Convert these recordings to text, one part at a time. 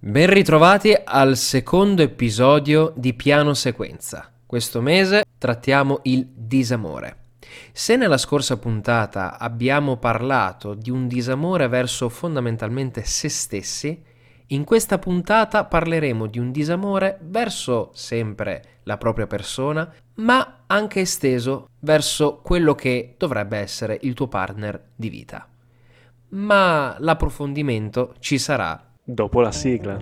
Ben ritrovati al secondo episodio di Piano Sequenza. Questo mese trattiamo il disamore. Se nella scorsa puntata abbiamo parlato di un disamore verso fondamentalmente se stessi, in questa puntata parleremo di un disamore verso sempre la propria persona, ma anche esteso verso quello che dovrebbe essere il tuo partner di vita. Ma l'approfondimento ci sarà dopo la sigla.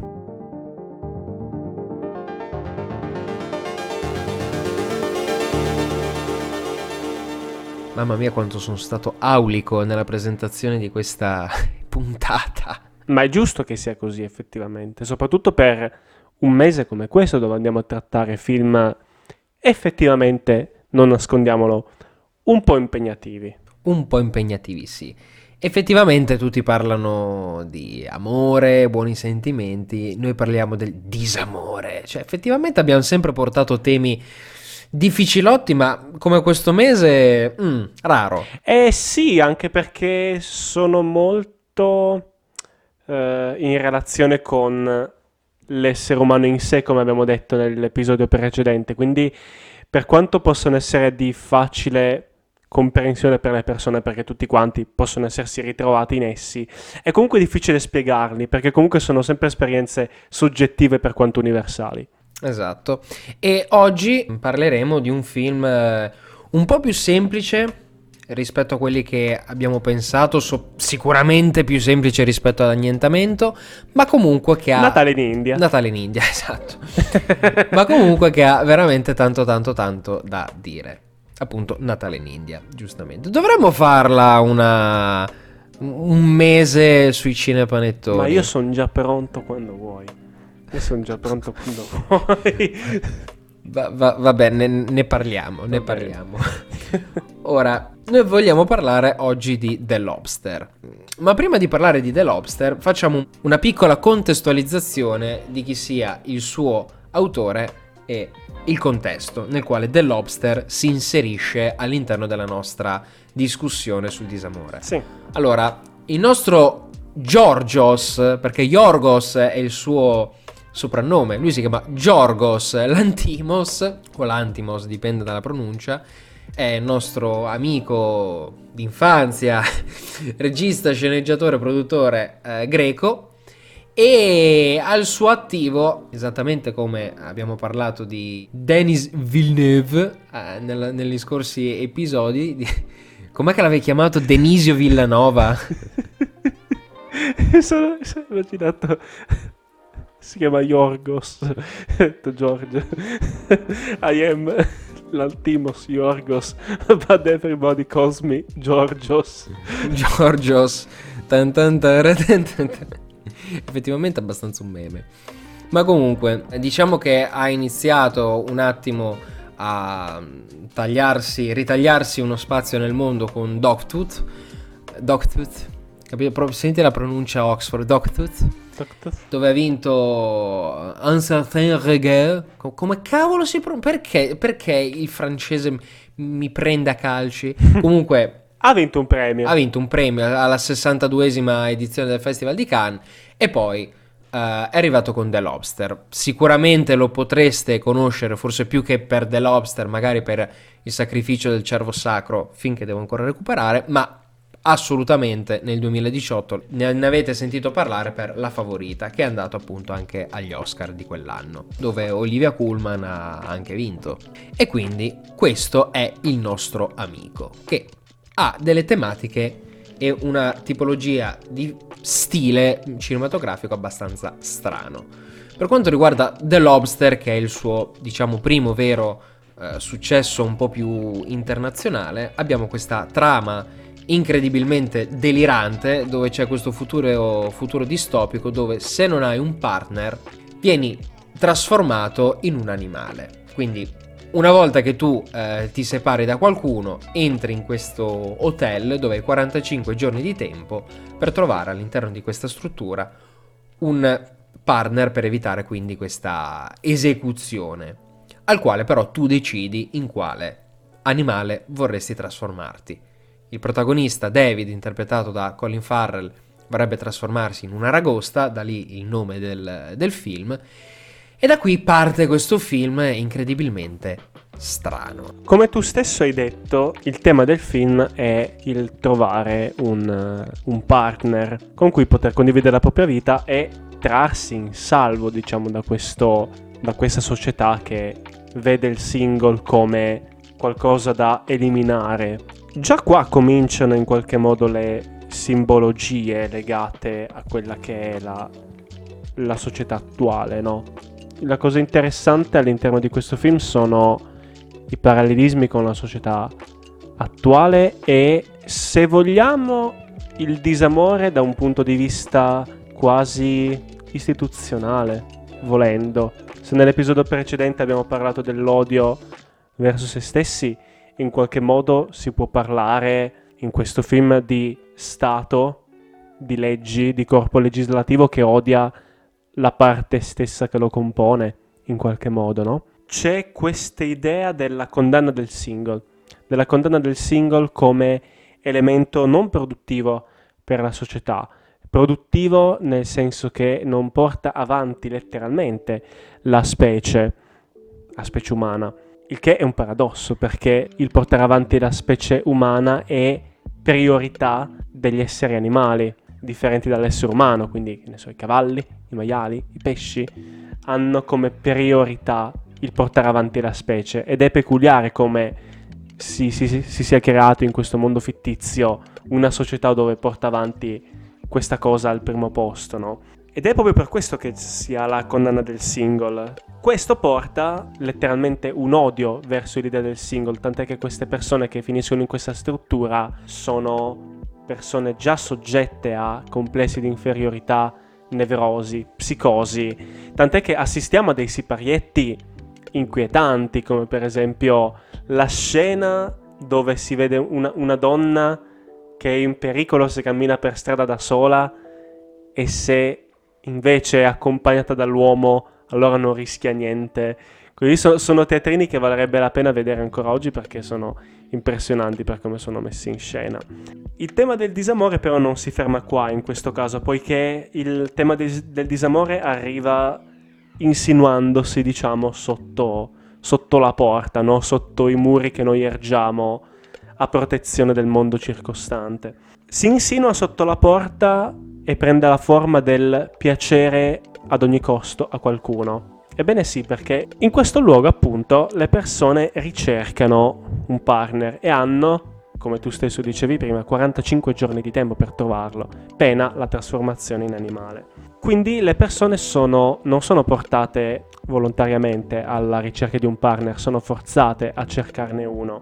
Mamma mia quanto sono stato aulico nella presentazione di questa puntata. Ma è giusto che sia così effettivamente, soprattutto per un mese come questo dove andiamo a trattare film effettivamente, non nascondiamolo, un po' impegnativi. Un po' impegnativi, sì. Effettivamente tutti parlano di amore, buoni sentimenti, noi parliamo del disamore. Cioè effettivamente abbiamo sempre portato temi difficilotti, ma come questo mese, raro. Sì, anche perché sono molto in relazione con l'essere umano in sé, come abbiamo detto nell'episodio precedente, quindi per quanto possono essere di facile comprensione per le persone, perché tutti quanti possono essersi ritrovati in essi, è comunque difficile spiegarli, perché comunque sono sempre esperienze soggettive per quanto universali. Esatto. E oggi parleremo di un film un po' più semplice rispetto a quelli che abbiamo pensato, sicuramente più semplice rispetto ad Annientamento, ma comunque che ha... Natale in India. Natale in India, esatto. Ma comunque che ha veramente tanto da dire. Appunto, Natale in India, giustamente. Dovremmo farla un mese sui cinepanettoni. Ma io sono già pronto quando vuoi. Io sono già pronto quando vuoi. Vabbè, ne parliamo, ne parliamo. Ora, noi vogliamo parlare oggi di The Lobster. Ma prima di parlare di The Lobster, facciamo una piccola contestualizzazione di chi sia il suo autore e il contesto nel quale The Lobster si inserisce all'interno della nostra discussione sul disamore. Sì. Allora, il nostro Giorgos, perché Yorgos è il suo soprannome, lui si chiama Giorgos Lantimos, o Lantimos, dipende dalla pronuncia, è il nostro amico d'infanzia, regista, sceneggiatore, produttore greco, e al suo attivo, esattamente come abbiamo parlato di Denis Villeneuve negli scorsi episodi, com'è che l'avevi chiamato? Denisio Villanova? Sono immaginato. Si chiama Yorgos. George. I am Lantimos Yorgos, but everybody calls me Georgios. Giorgios. Effettivamente è abbastanza un meme. Ma comunque, diciamo che ha iniziato un attimo a ritagliarsi uno spazio nel mondo con Dogtooth, capito? Proprio senti la pronuncia Oxford, Dogtooth, dove ha vinto Un certain regard. Come cavolo si pronuncia? Perché il francese mi prende a calci? Comunque ha vinto un premio alla 62esima edizione del Festival di Cannes. E poi è arrivato con The Lobster. Sicuramente lo potreste conoscere, forse più che per The Lobster, magari per Il sacrificio del cervo sacro, film che devo ancora recuperare, ma assolutamente nel 2018 ne avete sentito parlare per La Favorita, che è andato appunto anche agli Oscar di quell'anno, dove Olivia Colman ha anche vinto. E quindi questo è il nostro amico, che ha delle tematiche e una tipologia di stile cinematografico abbastanza strano. Per quanto riguarda The Lobster, che è il suo, diciamo, primo vero successo un po' più internazionale, abbiamo questa trama incredibilmente delirante, dove c'è questo futuro distopico dove se non hai un partner vieni trasformato in un animale. Quindi una volta che tu ti separi da qualcuno, entri in questo hotel dove hai 45 giorni di tempo per trovare all'interno di questa struttura un partner per evitare quindi questa esecuzione, al quale però tu decidi in quale animale vorresti trasformarti. Il protagonista, David, interpretato da Colin Farrell, vorrebbe trasformarsi in un'aragosta, da lì il nome del film, e da qui parte questo film incredibilmente strano. Come tu stesso hai detto, il tema del film è il trovare un partner con cui poter condividere la propria vita e trarsi in salvo, diciamo, da questa società che vede il single come qualcosa da eliminare. Già qua cominciano in qualche modo le simbologie legate a quella che è la società attuale, no? La cosa interessante all'interno di questo film sono i parallelismi con la società attuale e, se vogliamo, il disamore da un punto di vista quasi istituzionale, volendo. Se nell'episodio precedente abbiamo parlato dell'odio verso se stessi, in qualche modo si può parlare in questo film di Stato, di leggi, di corpo legislativo che odia la parte stessa che lo compone, in qualche modo, no? C'è questa idea della condanna del single come elemento non produttivo per la società, produttivo nel senso che non porta avanti letteralmente la specie umana, il che è un paradosso, perché il portare avanti la specie umana è priorità degli esseri animali differenti dall'essere umano, quindi i cavalli, i maiali, i pesci hanno come priorità il portare avanti la specie, ed è peculiare come si sia creato in questo mondo fittizio una società dove porta avanti questa cosa al primo posto, no? Ed è proprio per questo che si ha la condanna del single. Questo porta letteralmente un odio verso l'idea del single, tant'è che queste persone che finiscono in questa struttura sono persone già soggette a complessi di inferiorità, nevrosi, psicosi, tant'è che assistiamo a dei siparietti inquietanti, come per esempio la scena dove si vede una donna che è in pericolo se cammina per strada da sola, e se invece è accompagnata dall'uomo allora non rischia niente. Quindi sono teatrini che valerebbe la pena vedere ancora oggi, perché sono impressionanti per come sono messi in scena. Il tema del disamore però non si ferma qua in questo caso, poiché il tema del disamore arriva insinuandosi, diciamo, sotto la porta, no? Sotto i muri che noi ergiamo a protezione del mondo circostante. Si insinua sotto la porta e prende la forma del piacere ad ogni costo a qualcuno. Ebbene sì, perché in questo luogo, appunto, le persone ricercano un partner e hanno, come tu stesso dicevi prima, 45 giorni di tempo per trovarlo, pena la trasformazione in animale. Quindi le persone non sono portate volontariamente alla ricerca di un partner, sono forzate a cercarne uno.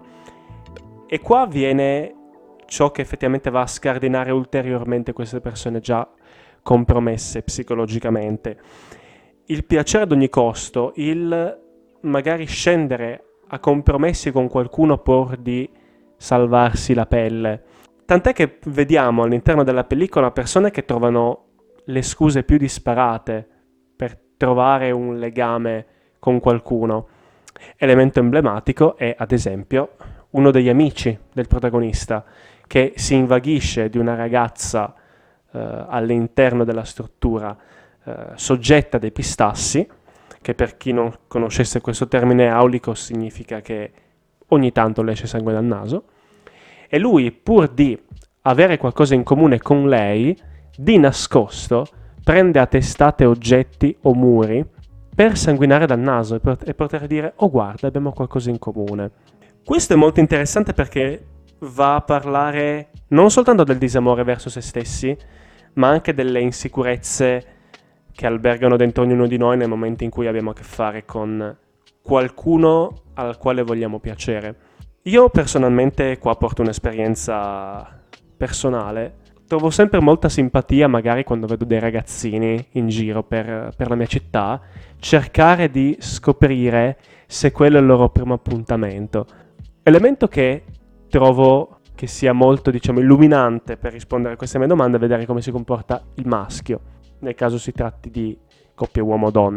E qua viene ciò che effettivamente va a scardinare ulteriormente queste persone già compromesse psicologicamente. Il piacere ad ogni costo, il magari scendere a compromessi con qualcuno pur di salvarsi la pelle. Tant'è che vediamo all'interno della pellicola persone che trovano le scuse più disparate per trovare un legame con qualcuno. Elemento emblematico è, ad esempio, uno degli amici del protagonista che si invaghisce di una ragazza all'interno della struttura soggetta ad epistassi, che per chi non conoscesse questo termine aulico significa che ogni tanto le esce sangue dal naso, e lui, pur di avere qualcosa in comune con lei, di nascosto prende a testate oggetti o muri per sanguinare dal naso e poter dire: oh guarda, abbiamo qualcosa in comune. Questo è molto interessante perché va a parlare non soltanto del disamore verso se stessi, ma anche delle insicurezze che albergano dentro ognuno di noi nel momento in cui abbiamo a che fare con qualcuno al quale vogliamo piacere. Io personalmente qua porto un'esperienza personale. Trovo sempre molta simpatia magari quando vedo dei ragazzini in giro per la mia città cercare di scoprire se quello è il loro primo appuntamento. Elemento che trovo che sia molto, diciamo, illuminante per rispondere a queste mie domande, vedere come si comporta il maschio nel caso si tratti di coppia uomo-donna.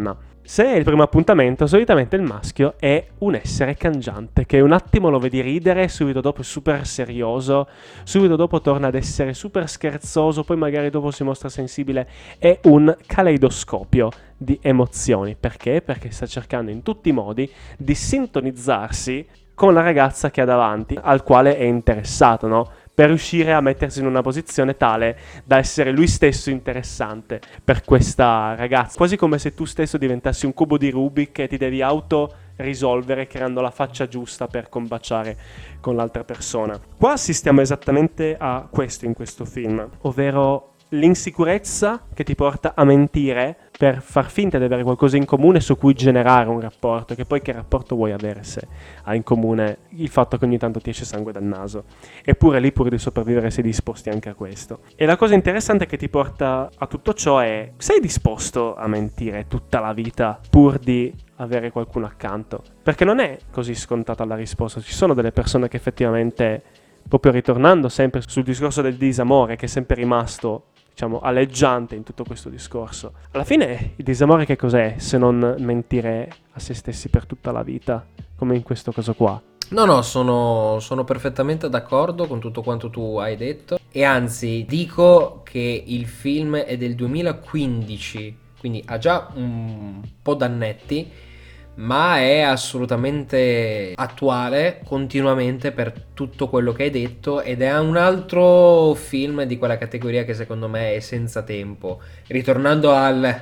Se è il primo appuntamento, solitamente il maschio è un essere cangiante, che un attimo lo vedi ridere, subito dopo è super serioso, subito dopo torna ad essere super scherzoso, poi magari dopo si mostra sensibile. È un caleidoscopio di emozioni. Perché? Perché sta cercando in tutti i modi di sintonizzarsi con la ragazza che ha davanti, al quale è interessato, no? Per riuscire a mettersi in una posizione tale da essere lui stesso interessante per questa ragazza. Quasi come se tu stesso diventassi un cubo di Rubik e ti devi auto-risolvere creando la faccia giusta per combaciare con l'altra persona. Qua assistiamo esattamente a questo in questo film, ovvero l'insicurezza che ti porta a mentire per far finta di avere qualcosa in comune su cui generare un rapporto, che poi che rapporto vuoi avere se hai in comune il fatto che ogni tanto ti esce sangue dal naso? Eppure lì, pur di sopravvivere, sei disposti anche a questo. E la cosa interessante che ti porta a tutto ciò è: sei disposto a mentire tutta la vita pur di avere qualcuno accanto? Perché non è così scontata la risposta. Ci sono delle persone che effettivamente, proprio ritornando sempre sul discorso del disamore, che è sempre rimasto, diciamo, aleggiante in tutto questo discorso. Alla fine il disamore che cos'è se non mentire a se stessi per tutta la vita, come in questo caso qua? No, sono perfettamente d'accordo con tutto quanto tu hai detto, e anzi dico che il film è del 2015, quindi ha già un po' d'annetti, ma è assolutamente attuale continuamente per tutto quello che hai detto, ed è un altro film di quella categoria che secondo me è senza tempo. Ritornando al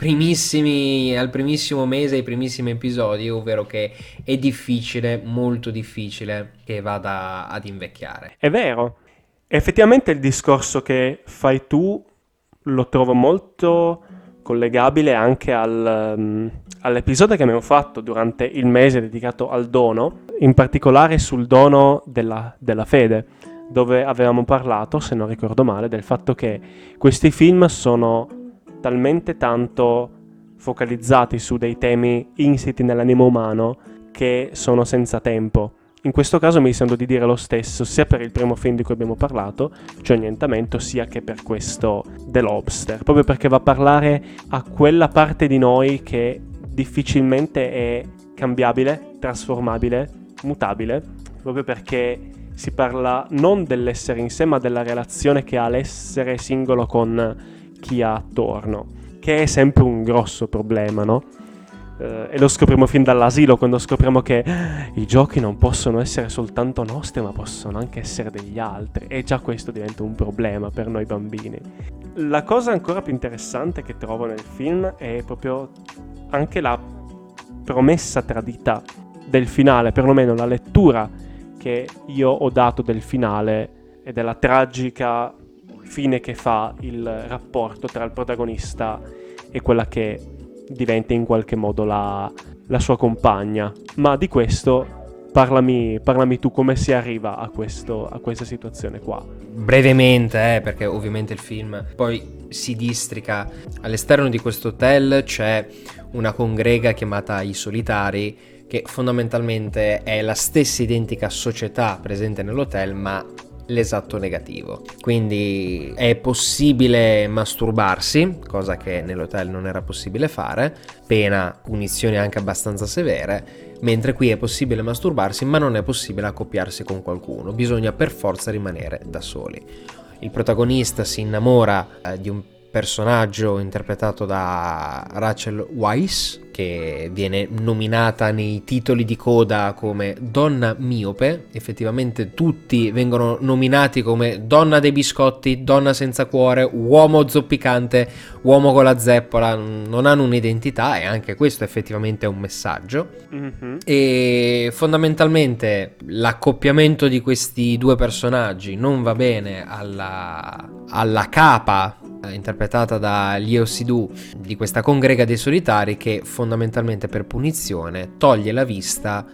primissimo mese, ai primissimi episodi, ovvero che è difficile, molto difficile che vada ad invecchiare. È vero, effettivamente il discorso che fai tu lo trovo molto collegabile anche all'episodio che abbiamo fatto durante il mese dedicato al dono, in particolare sul dono della fede, dove avevamo parlato, se non ricordo male, del fatto che questi film sono talmente tanto focalizzati su dei temi insiti nell'animo umano che sono senza tempo. In questo caso mi sento di dire lo stesso, sia per il primo film di cui abbiamo parlato, cioè Annientamento, sia che per questo The Lobster, proprio perché va a parlare a quella parte di noi che difficilmente è cambiabile, trasformabile, mutabile, proprio perché si parla non dell'essere in sé, ma della relazione che ha l'essere singolo con chi ha attorno, che è sempre un grosso problema, no? E lo scopriamo fin dall'asilo, quando scopriamo che i giochi non possono essere soltanto nostri, ma possono anche essere degli altri, e già questo diventa un problema per noi bambini. La cosa ancora più interessante che trovo nel film è proprio anche la promessa tradita del finale, perlomeno la lettura che io ho dato del finale e della tragica fine che fa il rapporto tra il protagonista e quella che diventa in qualche modo la sua compagna. Ma di questo parlami tu, come si arriva a questa situazione qua? Brevemente, perché ovviamente il film poi si districa. All'esterno di questo hotel c'è una congrega chiamata I Solitari, che fondamentalmente è la stessa identica società presente nell'hotel, ma l'esatto negativo. Quindi è possibile masturbarsi, cosa che nell'hotel non era possibile fare, pena punizioni anche abbastanza severe, mentre qui è possibile masturbarsi, ma non è possibile accoppiarsi con qualcuno, bisogna per forza rimanere da soli. Il protagonista si innamora di un personaggio interpretato da Rachel Weisz, che viene nominata nei titoli di coda come donna miope. Effettivamente tutti vengono nominati come donna dei biscotti, donna senza cuore, uomo zoppicante, uomo con la zeppola, non hanno un'identità, e anche questo effettivamente è un messaggio. Mm-hmm. E fondamentalmente l'accoppiamento di questi due personaggi non va bene alla capa interpretata da Léo Seydoux di questa congrega dei solitari, che fondamentalmente per punizione toglie la vista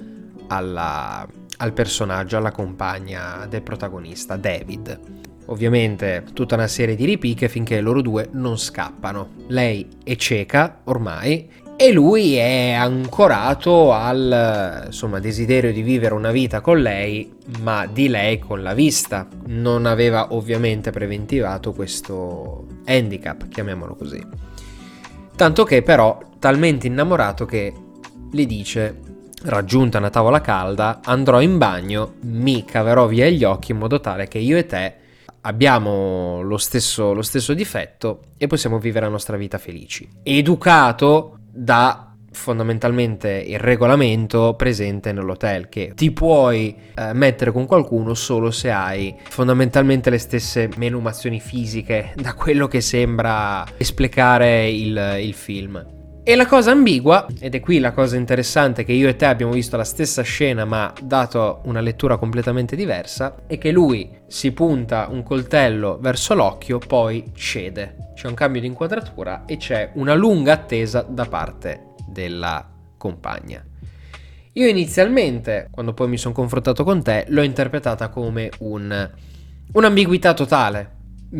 al personaggio, alla compagna del protagonista, David. Ovviamente tutta una serie di ripicche finché loro due non scappano. Lei è cieca ormai e lui è ancorato al desiderio di vivere una vita con lei, ma di lei con la vista. Non aveva ovviamente preventivato questo handicap, chiamiamolo così. Tanto che però talmente innamorato che le dice: raggiunta una tavola calda, andrò in bagno, mi caverò via gli occhi in modo tale che io e te abbiamo lo stesso difetto e possiamo vivere la nostra vita felici. Educato da fondamentalmente il regolamento presente nell'hotel, che ti puoi mettere con qualcuno solo se hai fondamentalmente le stesse menumazioni fisiche, da quello che sembra esplicare il film. E la cosa ambigua, ed è qui la cosa interessante, che io e te abbiamo visto la stessa scena ma dato una lettura completamente diversa, è che lui si punta un coltello verso l'occhio, poi cede. C'è un cambio di inquadratura e c'è una lunga attesa da parte della compagna. Io inizialmente, quando poi mi sono confrontato con te, l'ho interpretata come un'ambiguità totale.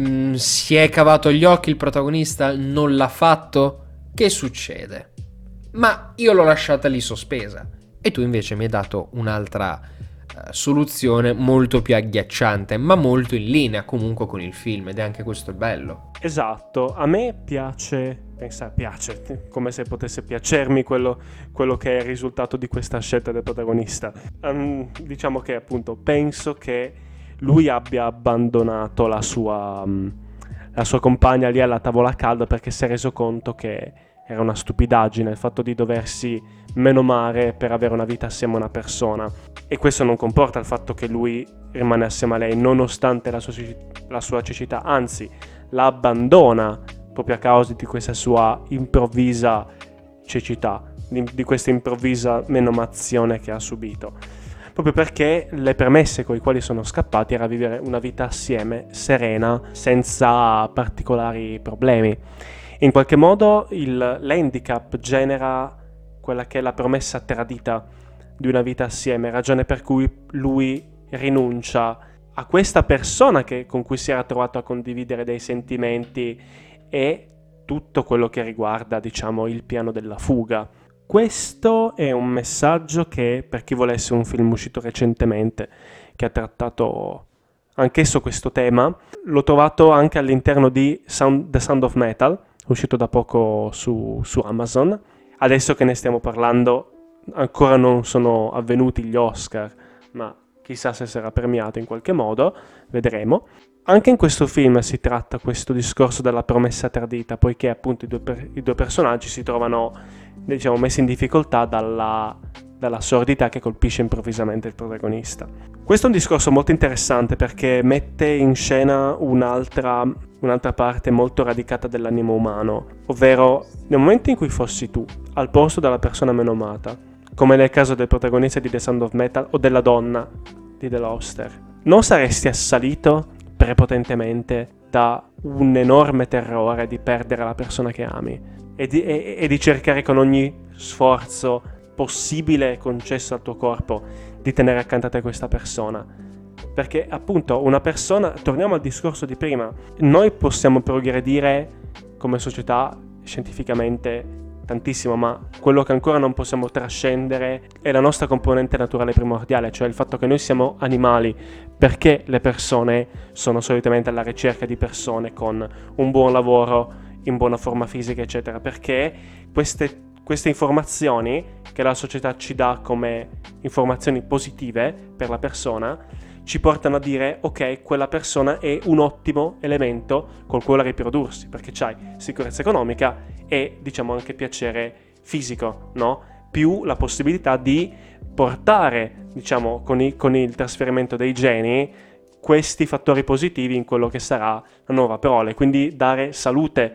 Si è cavato gli occhi il protagonista, non l'ha fatto? Che succede? Ma io l'ho lasciata lì sospesa e tu invece mi hai dato un'altra soluzione molto più agghiacciante, ma molto in linea comunque con il film, ed è anche questo il bello. Esatto, a me piace, come se potesse piacermi quello che è il risultato di questa scelta del protagonista. Diciamo che appunto penso che lui abbia abbandonato la sua compagna lì alla tavola calda perché si è reso conto che era una stupidaggine il fatto di doversi menomare per avere una vita assieme a una persona, e questo non comporta il fatto che lui rimane assieme a lei nonostante la sua cecità, anzi la abbandona proprio a causa di questa sua improvvisa cecità, di questa improvvisa menomazione che ha subito, proprio perché le premesse con le quali sono scappati era vivere una vita assieme serena, senza particolari problemi. In qualche modo l'handicap genera quella che è la promessa tradita di una vita assieme, ragione per cui lui rinuncia a questa persona con cui si era trovato a condividere dei sentimenti e tutto quello che riguarda, diciamo, il piano della fuga. Questo è un messaggio che, per chi volesse un film uscito recentemente, che ha trattato anch'esso questo tema, l'ho trovato anche all'interno di The Sound of Metal, uscito da poco su Amazon. Adesso che ne stiamo parlando, ancora non sono avvenuti gli Oscar, ma chissà se sarà premiato in qualche modo, vedremo. Anche in questo film si tratta questo discorso della promessa tradita, poiché appunto i due personaggi si trovano, diciamo, messi in difficoltà dalla sordità che colpisce improvvisamente il protagonista. Questo è un discorso molto interessante perché mette in scena un'altra parte molto radicata dell'animo umano, ovvero nel momento in cui fossi tu al posto della persona menomata, come nel caso del protagonista di The Sound of Metal o della donna di The Lobster, non saresti assalito prepotentemente da un enorme terrore di perdere la persona che ami e di cercare con ogni sforzo possibile concesso al tuo corpo di tenere accanto a te questa persona? Perché appunto una persona, torniamo al discorso di prima, noi possiamo progredire come società scientificamente tantissimo, ma quello che ancora non possiamo trascendere è la nostra componente naturale primordiale, cioè il fatto che noi siamo animali, perché le persone sono solitamente alla ricerca di persone con un buon lavoro, in buona forma fisica, eccetera, perché queste informazioni che la società ci dà come informazioni positive per la persona ci portano a dire ok, quella persona è un ottimo elemento col quale riprodursi, perché c'hai sicurezza economica e diciamo anche piacere fisico, no? Più la possibilità di portare, diciamo, con il trasferimento dei geni questi fattori positivi in quello che sarà la nuova prole, quindi dare salute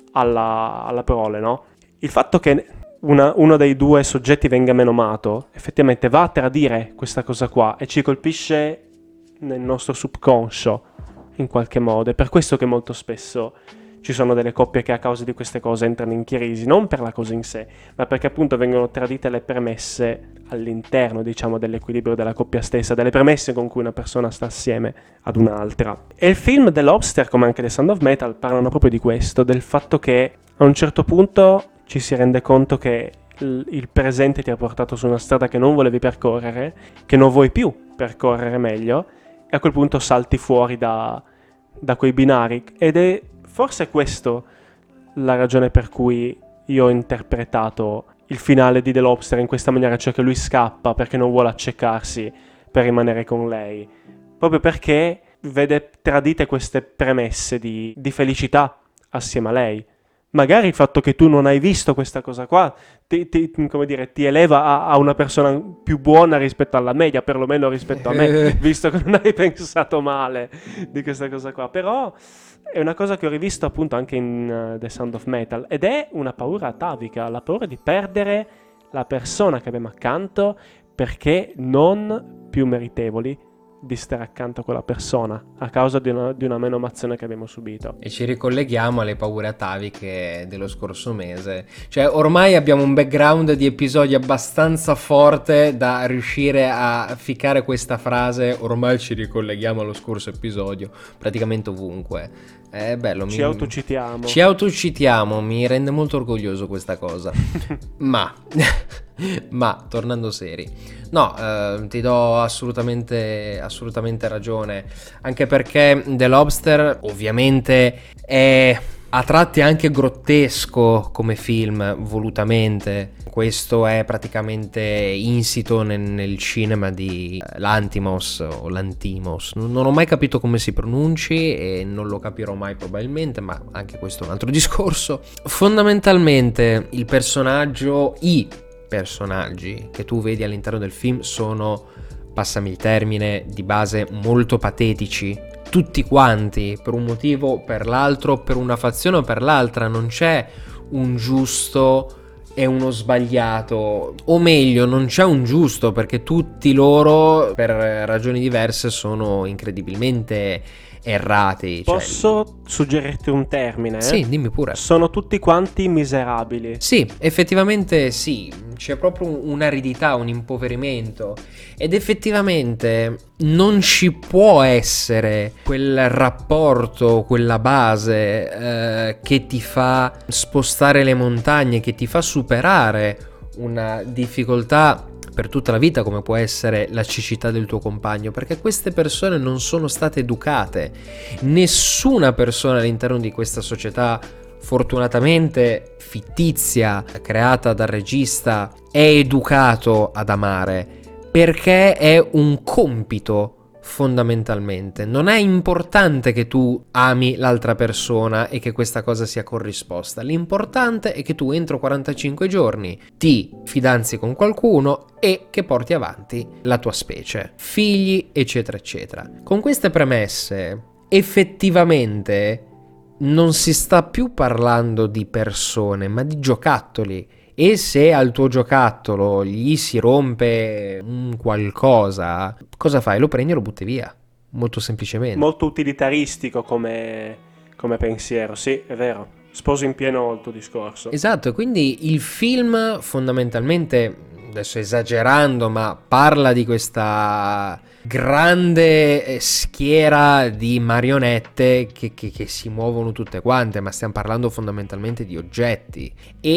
alla prole, no? Il fatto che uno dei due soggetti venga menomato effettivamente va a tradire questa cosa qua e ci colpisce nel nostro subconscio in qualche modo. È per questo che molto spesso ci sono delle coppie che a causa di queste cose entrano in crisi, non per la cosa in sé, ma perché appunto vengono tradite le premesse all'interno, diciamo, dell'equilibrio della coppia stessa, delle premesse con cui una persona sta assieme ad un'altra. E il film The Lobster, come anche The Sound of Metal, parlano proprio di questo, del fatto che a un certo punto ci si rende conto che il presente ti ha portato su una strada che non volevi percorrere, che non vuoi più percorrere meglio, e a quel punto salti fuori da quei binari. Ed è forse questo la ragione per cui io ho interpretato il finale di The Lobster in questa maniera, cioè che lui scappa perché non vuole accecarsi per rimanere con lei, proprio perché vede tradite queste premesse di felicità assieme a lei. Magari il fatto che tu non hai visto questa cosa qua come dire, ti eleva a una persona più buona rispetto alla media, perlomeno rispetto a me, visto che non hai pensato male di questa cosa qua. Però è una cosa che ho rivisto appunto anche in The Sound of Metal, ed è una paura atavica, la paura di perdere la persona che abbiamo accanto perché non più meritevoli di stare accanto a quella persona a causa di una menomazione che abbiamo subito. E ci ricolleghiamo alle paure ataviche dello scorso mese. Cioè, ormai abbiamo un background di episodi abbastanza forte da riuscire a ficcare questa frase. Ormai ci ricolleghiamo allo scorso episodio, praticamente ovunque. È bello. Ci autocitiamo. Ci autocitiamo, mi rende molto orgoglioso questa cosa. Ma tornando seri, no, ti do assolutamente ragione, anche perché The Lobster ovviamente è a tratti anche grottesco come film, volutamente. Questo è praticamente insito nel cinema di Lanthimos o Lanthimos, non ho mai capito come si pronunci e non lo capirò mai probabilmente, ma anche questo è un altro discorso. Fondamentalmente i personaggi che tu vedi all'interno del film sono, passami il termine, di base molto patetici, tutti quanti, per un motivo o per l'altro, per una fazione o per l'altra. Non c'è un giusto e uno sbagliato, o meglio, non c'è un giusto, perché tutti loro, per ragioni diverse, sono incredibilmente errati. Posso suggerirti un termine? Sì, dimmi pure. Sono tutti quanti miserabili. Sì, effettivamente sì, c'è proprio un'aridità, un impoverimento, ed effettivamente non ci può essere quel rapporto, quella base che ti fa spostare le montagne, che ti fa superare una difficoltà per tutta la vita, come può essere la cecità del tuo compagno, perché queste persone non sono state educate. Nessuna persona all'interno di questa società, fortunatamente fittizia, creata dal regista, è educato ad amare, perché è un compito. Fondamentalmente non è importante che tu ami l'altra persona e che questa cosa sia corrisposta. L'importante è che tu entro 45 giorni ti fidanzi con qualcuno e che porti avanti la tua specie, figli, eccetera eccetera. Con queste premesse effettivamente non si sta più parlando di persone, ma di giocattoli. E se al tuo giocattolo gli si rompe un qualcosa, cosa fai? Lo prendi e lo butti via, molto semplicemente. Molto utilitaristico come pensiero, sì, è vero. Sposo in pieno il tuo discorso. Esatto, quindi il film fondamentalmente, adesso esagerando, ma parla di questa grande schiera di marionette che si muovono tutte quante, ma stiamo parlando fondamentalmente di oggetti,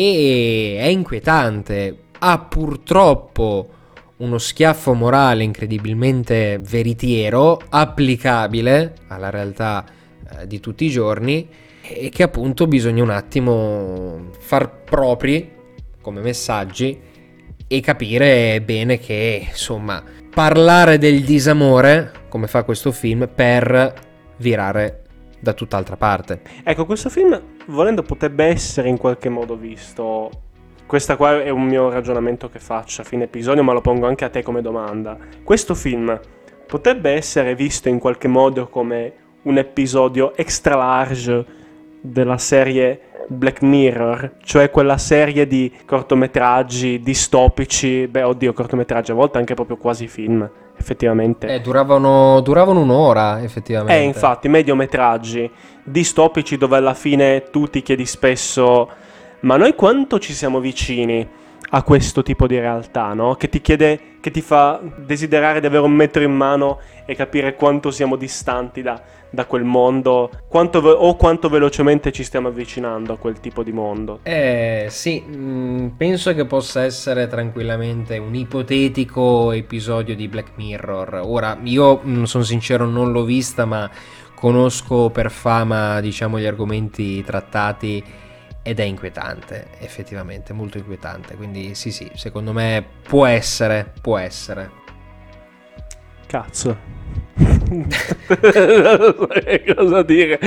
e è inquietante. Ha purtroppo uno schiaffo morale incredibilmente veritiero, applicabile alla realtà di tutti i giorni, e che appunto bisogna un attimo far propri come messaggi e capire bene che, insomma, parlare del disamore, come fa questo film, per virare da tutt'altra parte. Ecco, questo film, volendo, potrebbe essere in qualche modo visto. Questa qua è un mio ragionamento che faccio a fine episodio, ma lo pongo anche a te come domanda. Questo film potrebbe essere visto in qualche modo come un episodio extra large della serie Black Mirror, cioè quella serie di cortometraggi distopici, cortometraggi, a volte anche proprio quasi film, effettivamente. Duravano un'ora, effettivamente. Infatti, mediometraggi distopici dove alla fine tu ti chiedi spesso: ma noi quanto ci siamo vicini a questo tipo di realtà, no? Che ti fa desiderare di avere un metro in mano e capire quanto siamo distanti da quel mondo, quanto velocemente ci stiamo avvicinando a quel tipo di mondo. Sì, penso che possa essere tranquillamente un ipotetico episodio di Black Mirror. Ora, io sono sincero, non l'ho vista, ma conosco per fama, diciamo, gli argomenti trattati, ed è inquietante, effettivamente, molto inquietante. Quindi sì, secondo me può essere. Cazzo. Non so cosa dire.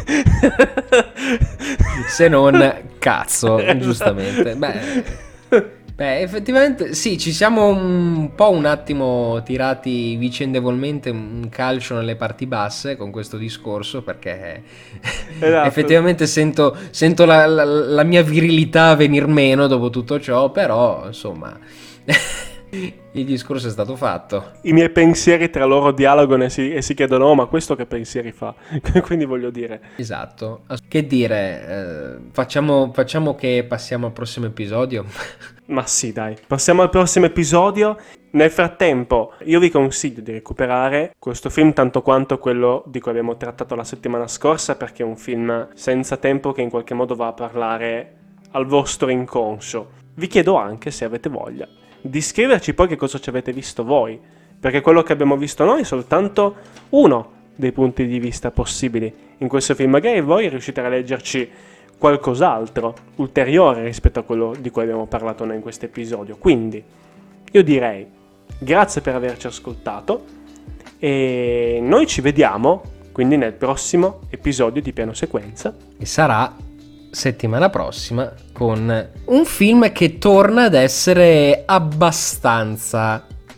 Se non cazzo, giustamente. Beh, effettivamente sì, ci siamo un attimo tirati vicendevolmente un calcio nelle parti basse con questo discorso, perché Esatto. effettivamente sento la mia virilità venir meno dopo tutto ciò, però insomma il discorso è stato fatto. I miei pensieri tra loro dialogano e si chiedono: oh, ma questo che pensieri fa? Quindi voglio dire. Esatto. Che dire, facciamo che passiamo al prossimo episodio. Ma sì, dai, passiamo al prossimo episodio. Nel frattempo, io vi consiglio di recuperare questo film tanto quanto quello di cui abbiamo trattato la settimana scorsa, perché è un film senza tempo che in qualche modo va a parlare al vostro inconscio. Vi chiedo anche, se avete voglia, di scriverci poi che cosa ci avete visto voi, perché quello che abbiamo visto noi è soltanto uno dei punti di vista possibili in questo film. Magari voi riuscite a leggerci qualcos'altro ulteriore rispetto a quello di cui abbiamo parlato noi in questo episodio. Quindi io direi grazie per averci ascoltato e noi ci vediamo quindi nel prossimo episodio di Piano Sequenza, E sarà settimana prossima con un film che torna ad essere abbastanza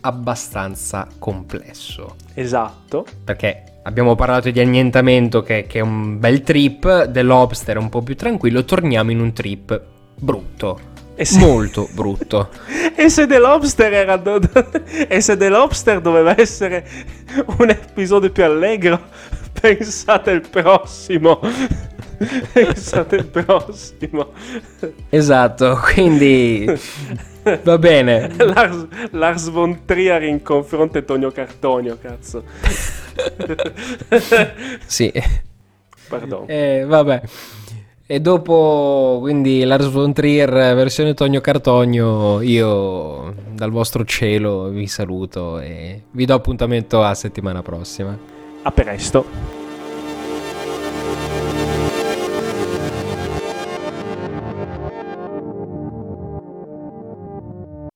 complesso. esatto, Perché abbiamo parlato di Annientamento che è un bel trip, The Lobster è un po' più tranquillo, torniamo in un trip brutto, molto brutto. E se The Lobster e se The Lobster doveva essere un episodio più allegro, pensate il prossimo. Pensate il prossimo. Esatto, quindi va bene. Lars von Trier in confronto a Tonio Cartonio, cazzo. Sì. Pardon. Vabbè. E dopo, quindi, Lars von Trier versione Tonio Cartonio, io dal vostro cielo vi saluto e vi do appuntamento a settimana prossima. A presto.